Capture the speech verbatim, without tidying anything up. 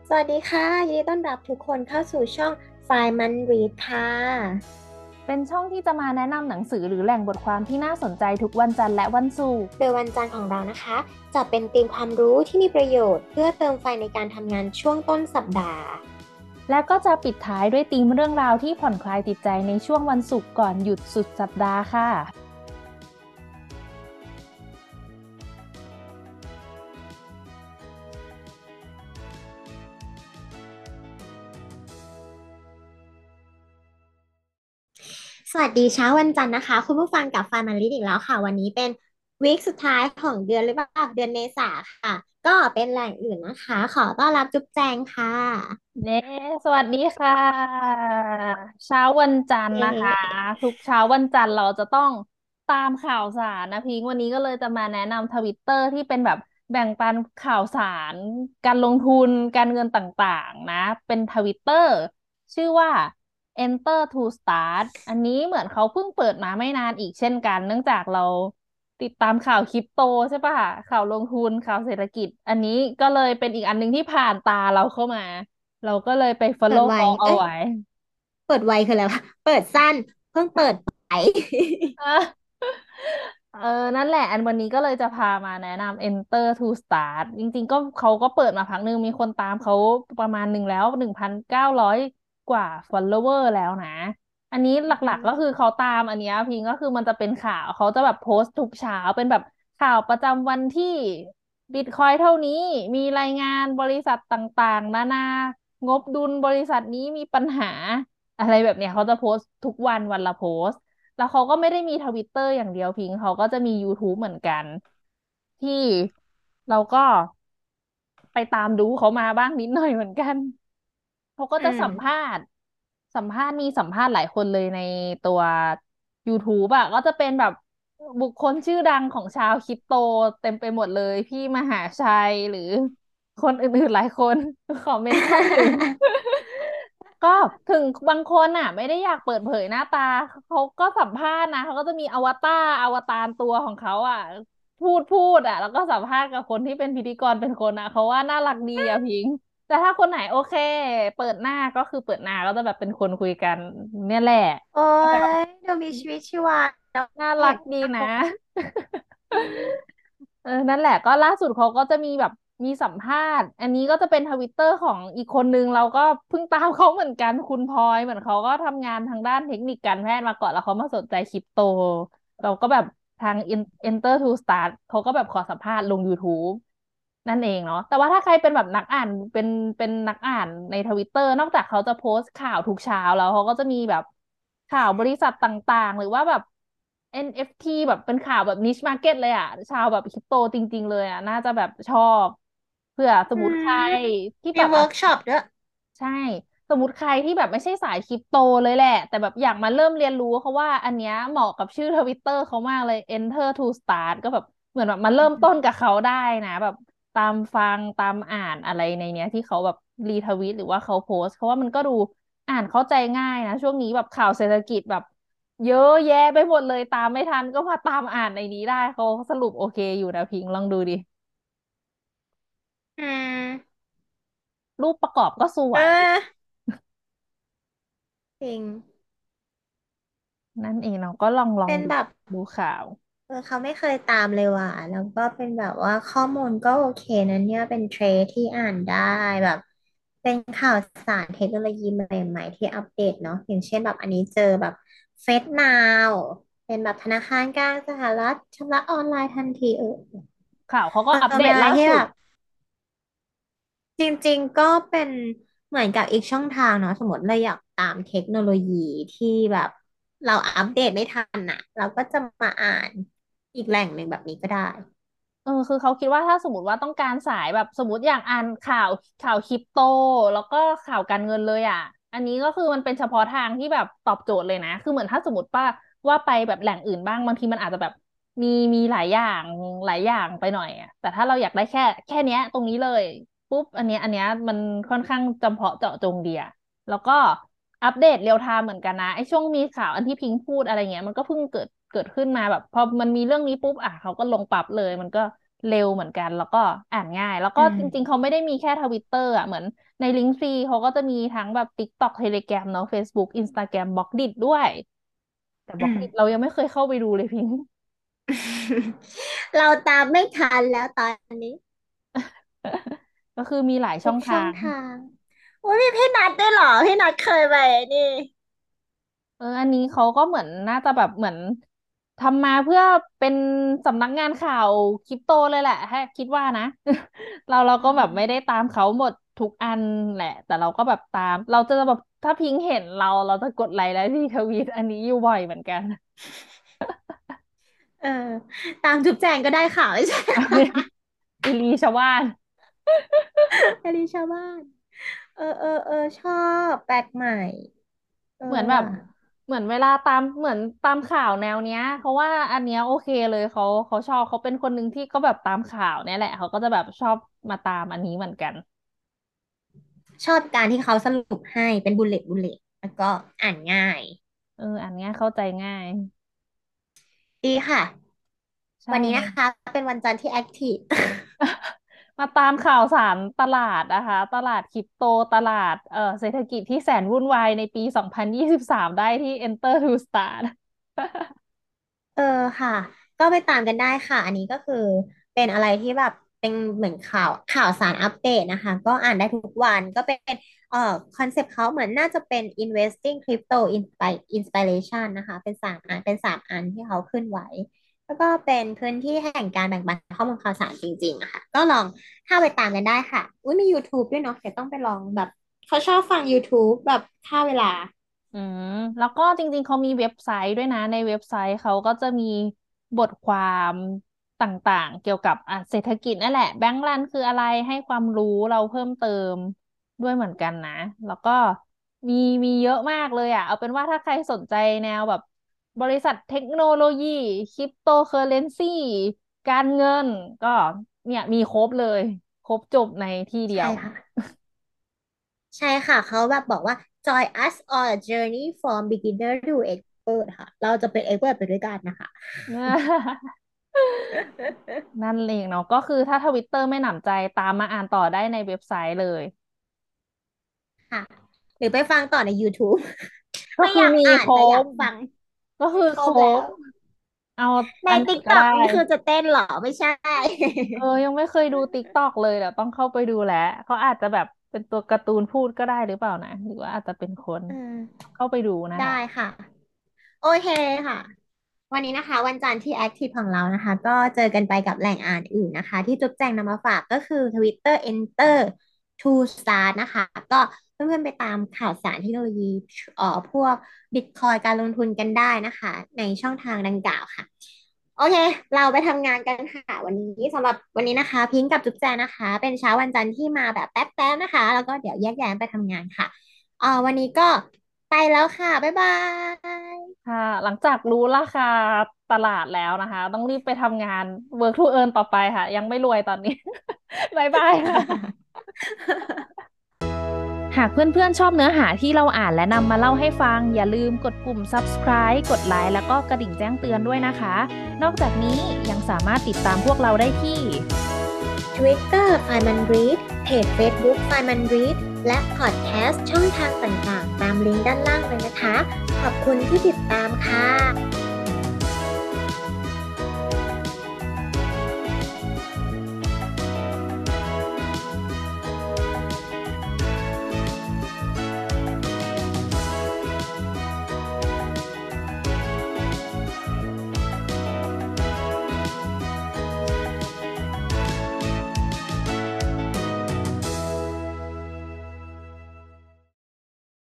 สวัสดีค่ะยินดีต้อนรับทุกคนเข้าสู่ช่อง Five Man Read ค่ะเป็นช่องที่จะมาแนะนำหนังสือหรือแหล่งบทความที่น่าสนใจทุกวันจันทร์และวันศุกร์โดยวันจันทร์ของเรานะคะจะเป็นธีมความรู้ที่มีประโยชน์เพื่อเติมไฟในการทำงานช่วงต้นสัปดาห์และก็จะปิดท้ายด้วยธีมเรื่องราวที่ผ่อนคลายจิตใจในช่วงวันศุกร์ก่อนหยุดสุดสัปดาห์ค่ะสวัสดีเช้าวันจันทร์นะคะคุณผู้ฟังกับ Five Man Read อีกแล้วค่ะวันนี้เป็นวีคสุดท้ายของเดือนหรือเปล่าเดือนเมษาค่ะก็เป็นแหล่งอื่นนะคะขอต้อนรับจุ๊บแจงค่ะเน่สวัสดีค่ะเช้าวันจันทร์เนะคะอทุกเช้าวันจันทร์เราจะต้องตามข่าวสารนะพิงค์วันนี้ก็เลยจะมาแนะนำทวิตเตอร์ที่เป็นแบบแบ่งปันข่าวสารการลงทุนการเงินต่างๆนะเป็นทวิตเตอร์ชื่อว่า Enter to Start อันนี้เหมือนเขาเพิ่งเปิดมาไม่นานอีกเช่นกันเนื่องจากเราติดตามข่าวคริปโตใช่ปะข่าวลงทุนข่าวเศรษฐกิจอันนี้ก็เลยเป็นอีกอันหนึงที่ผ่านตาเราเข้ามา เราก็เลยไปเปิด follow ไวเขาเอาเอ้ยไว้เปิดไวคืออะไรวะเปิดสั้นเพิ่งเปิดไปอ่ะเออนั่นแหละอันวันนี้ก็เลยจะพามาแนะนำ Enter to Start จริงๆก็เขาก็เปิดมาพักหนึ่งมีคนตามเขาประมาณหนึ่งแล้วหนึ่งพันเก้าร้อยกว่า follower แล้วนะอันนี้หลักๆก็คือเขาตามอันเนี้ยพิงก็คือมันจะเป็นข่าวเขาจะแบบโพสต์ทุกเช้าเป็นแบบข่าวประจำวันที่บิตคอยเท่านี้มีรายงานบริษัทต่างๆนานางบดุลบริษัทนี้มีปัญหาอะไรแบบเนี้ยเขาจะโพสต์ทุกวันวันละโพสต์ แล้วเขาก็ไม่ได้มีทวิตเตอร์อย่างเดียวพิงเขาก็จะมี YouTube เหมือนกันที่เราก็ไปตามดูเขามาบ้างนิดหน่อยเหมือนกันเขาก็อืจะสัมภามษณ์สัมภาษณ์มีสัมภาษณ์หลายคนเลยในตัว YouTube อ่ะก็จะเป็นแบบบุคคลชื่อดังของชาวคริปโตเต็มไปหมดเลยพี่มหาชัยหรือคนอื่นๆหลายคนขอเมนชั่นถึง ก็ถึงบางคนอ่ะไม่ได้อยากเปิดเผยหน้าตาเขาก็สัมภาษณ์นะเขาก็จะมีอวตารอวตารตัวของเขาอ่ะพูดพูดอ่ะแล้วก็สัมภาษณ์กับคนที่เป็นพิธีกรเป็นคนอ่ะเขาว่าน่ารักดีอ่ะพิงค์แต่ถ้าคนไหนโอเคเปิดหน้าก็คือเปิดหน้าก็จะแบบเป็นคนคุยกันเนี่ยแหละโอ้ก็แบบยดูมีชีวิตชีวาแล้วน่ารัเห็นกดีนะอารมณ์อืมเออนั่นแหละก็ล่าสุดเขาก็จะมีแบบมีสัมภาษณ์อันนี้ก็จะเป็นทวิตเตอร์ของอีกคนนึงเราก็เพิ่งตามเขาเหมือนกันคุณพลอยเหมือนเขาก็ทำงานทางด้านเทคนิคการแพทย์มาก่อนแล้วเขามาสนใจคริปโตเราก็แบบทาง Enter to Start เขาก็แบบขอสัมภาษณ์ลง YouTube นั่นเองเนาะแต่ว่าถ้าใครเป็นแบบนักอ่านเป็นเป็นนักอ่านในทวิตเตอร์นอกจากเขาจะโพสต์ข่าวทุกเช้าแล้วเขาก็จะมีแบบข่าวบริษัทต่างๆหรือว่าแบบ เอ็น เอฟ ที แบบเป็นข่าวแบบ niche market เลยอ่ะชาวแบบคริปโตจริงๆเลยอ่ะน่าจะแบบชอบเผื่อสมอืมติใครมที่แบบอ่ะมีเวิร์กช็อปด้วยใช่สมมติใครที่แบบไม่ใช่สายคริปโตเลยแหละแต่แบบอยากมาเริ่มเรียนรู้เขาว่าอันเนี้ยเหมาะกับชื่อทวิตเตอร์เขามากเลย Enter to Start ก็แบบเหมือนแบบมาเริ่มต้นกับเขาได้นะแบบตามฟังตามอ่านอะไรในเนี้ยที่เขาแบบรีทวีตหรือว่าเขาโพสต์เพราะว่ามันก็ดูอ่านเข้าใจง่ายนะช่วงนี้แบบข่าวเศรษฐกิจแบบ เยอะแยะไปหมดเลยตามไม่ทันก็มาตามอ่านในนี้ได้เขาสรุปโอเคอยู่นะพิงค์ลองดูดิอืมรูปประกอบก็สวเอยอจริงนั่นเองเนาะก็ลองลองดูเป็นแบบดูข่าวเออเขาไม่เคยตามเลยว่ะแล้วก็เป็นแบบว่าข้อมูลก็โอเคนะเนี่ยเป็นเทรดที่อ่านได้แบบเป็นข่าวสารเทคโนโลยีใหม่ๆที่อัปเดตเนาะอย่างเช่นแบบอันนี้เจอแบบเฟซนาวเป็นแบบธนาคารกลางสหรัฐชำระออนไลน์ทันทีเออข่าวเขาก็เอออัปเดเป็นอะไรตล่าสุดที่แบบ จริงๆก็เป็นเหมือนกับอีกช่องทางเนาะสมมติเราอยากตามเทคโนโลยีที่แบบเราอัปเดตไม่ทันอ่ะเราก็จะมาอ่านอีกแหล่งหนึ่งแบบนี้ก็ได้เออคือเขาคิดว่าถ้าสมมติว่าต้องการสายแบบสมมติอยากอ่านข่าวข่าวคริปโตแล้วก็ข่าวการเงินเลยอ่ะอันนี้ก็คือมันเป็นเฉพาะทางที่แบบตอบโจทย์เลยนะคือเหมือนถ้าสมมติว่าว่าไปแบบแหล่งอื่นบ้างบางทีมันอาจจะแบบมีมีหลายอย่างหลายอย่างไปหน่อยอ่ะแต่ถ้าเราอยากได้แค่แค่เนี้ยตรงนี้เลยปุ๊บอันเนี้ยอันเนี้ยมันค่อนข้างจำเพาะเจาะจงดีอะแล้วก็อัปเดตเรียลไทม์เหมือนกันนะไอ้ช่วงมีข่าวอันที่พิงค์พูดอะไรเงี้ยมันก็เพิ่งเกิดเกิดขึ้นมาแบบพอมันมีเรื่องนี้ปุ๊บอ่ะเขาก็ลงปรับเลยมันก็เร็วเหมือนกันแล้วก็อ่านง่ายแล้วก็อืจริงๆมเขาไม่ได้มีแค่ทวิตเตอร์อ่ะเหมือนในลิงก์ฟรีเขาก็จะมีทั้งแบบ TikTok Telegram เนาะ Facebook Instagram บล็อกดิด้วยแต่บอืมล็อกดิเรายังไม่เคยเข้าไปดูเลยพิงเราตามไม่ทันแล้วตอนนี้ก็คือมีหลายช่ทุกช่ององทางทางโอ้ยมีพี่นัดด้วยเหรอพี่นัดเคยไปนี่เอออันนี้เขาก็เหมือนน่าจะแบบเหมือนทำมาเพื่อเป็นสำนักงานข่าวคริปโตเลยแหละให้คิดว่านะเราเราอืก็แบบไม่ได้มตามเขาหมดทุกอันแหละแต่เราก็แบบตามเราจะแบบถ้าพิงเห็นเราเราจะกดไลค์และรีทวีตอันนี้อยู่บ่อยเหมือนกันเออตามจุ๊บแจงก็ได้ค่ะไม่ใช่อิลีชาวบ้านอลิชาวบ้านเออเออเออชอบแปลกใหม่เออเหมือนแบบว่ะเหมือนเวลาตามเหมือนตามข่าวแนวเนี้ยเขาว่าอันเนี้ยโอเคเลยเขาเขาชอบเขาเป็นคนหนึ่งที่ก็แบบตามข่าวเนี่ยแหละเขาก็จะแบบชอบมาตามอันนี้เหมือนกันชอบการที่เขาสรุปให้เป็นบุลเลต์บุลเลตแล้วก็อ่านง่ายเอออันเนี้ยเข้าใจง่ายดีค่ะใช่วันนี้ไหมนะคะเป็นวันจันทร์ที่แอคทีฟมาตามข่าวสารตลาดนะคะตลาดคริปโตตลาดเอ่อเศรษฐกิจที่แสนวุ่นวายในปีสองพันยี่สิบสามได้ที่ Enter to Start เออค่ะก็ไปตามกันได้ค่ะอันนี้ก็คือเป็นอะไรที่แบบเป็นเหมือนข่าวข่าวสารอัปเดตนะคะก็อ่านได้ทุกวันก็เป็นเอ่อคอนเซ็ปต์เขาเหมือนน่าจะเป็น investing crypto inspi- inspiration นะคะเป็นสามอันเป็นสามอันที่เขาขึ้นไว้แล้วก็เป็นพื้นที่แห่งการแบ่งปันข้อมูลข่าวสารจริงๆอะค่ะก็ลองเข้าไปตามกันได้ค่ะอุ้ยมี YouTube ด้วยเนาะเดี๋ยวต้องไปลองแบบเขาชอบฟัง YouTube แบบค่าเวลาอืมแล้วก็จริงๆเขามีเว็บไซต์ด้วยนะในเว็บไซต์เขาก็จะมีบทความต่างๆเกี่ยวกับอ่ะเศรษฐกิจนั่นแหละแบงก์รันคืออะไรให้ความรู้เราเพิ่มเติมด้วยเหมือนกันนะแล้วก็มีมีเยอะมากเลยอ่ะเอาเป็นว่าถ้าใครสนใจแนวแบบบริษัทเทคโนโลยีคริปโตเคอเรนซีการเงินก็เนี่ยมีครบเลยครบจบในที่เดียวใช่ค่ะ ใช่ค่ะเขาแบบบอกว่า join us on a journey from beginner to expert ค่ะเราจะเป็น expert ไปด้วยกันนะคะนั่นเองเนาะก็คือถ้าทวิตเตอร์ไม่หนำใจตามมาอ่านต่อได้ในเว็บไซต์เลยค่ะหรือไปฟังต่อใน YouTube ก็ไม่อยากคือมีครอ่านแต่อยากบฟังก็มีคือครครบแล้วบเอาในอันไหนก็ได้ TikTok นี่คือจะเต้นเหรอไม่ใช่เออยังไม่เคยดูติ๊กตอกเลยเดี๋ยวต้องเข้าไปดูแล้วเขาอาจจะแบบเป็นตัวการ์ตูนพูดก็ได้หรือเปล่านะหรือว่าอาจจะเป็นคนอืมเข้าไปดูนะได้คะค่ะโอเคค่ะวันนี้นะคะวันจันทร์ที่แอคทีฟของเรานะคะก็เจอกันไปกับแหล่งอ่านอื่นนะคะที่จุ๊บแจงนำมาฝากก็คือ Twitter Enter to Start นะคะก็เพื่อนๆไปตามข่าวสารเทคโนโลยีเอ่อพวก Bitcoin การลงทุนกันได้นะคะในช่องทางดังกล่าวค่ะโอเคเราไปทำงานกันค่ะวันนี้สำหรับวันนี้นะคะพิงค์กับจุ๊บแจงนะคะเป็นเช้าวันจันทร์ที่มาแบบแป๊บๆนะคะแล้วก็เดี๋ยวแยกย้ายไปทำงานค่ะเอ่อวันนี้ก็ไปแล้วค่ะบ๊ายบายค่ะหลังจากรู้ราคาตลาดแล้วนะคะต้องรีบไปทำงาน work to earn ต่อไปค่ะยังไม่รวยตอนนี้บ๊ายบายค่ะ หากเพื่อนๆชอบเนื้อหาที่เราอ่านและนำมาเล่าให้ฟังอย่าลืมกดปุ่ม ซับสไครบ์ กดไลค์แล้วก็กระดิ่งแจ้งเตือนด้วยนะคะ นอกจากนี้ยังสามารถติดตามพวกเราได้ที่ Twitter ไฟมันรีดเพจ Facebook ไฟมันรีดและพอดแคสต์ช่องทางต่างๆตามลิงก์ด้านล่างเลยนะคะขอบคุณที่ติดตามค่ะ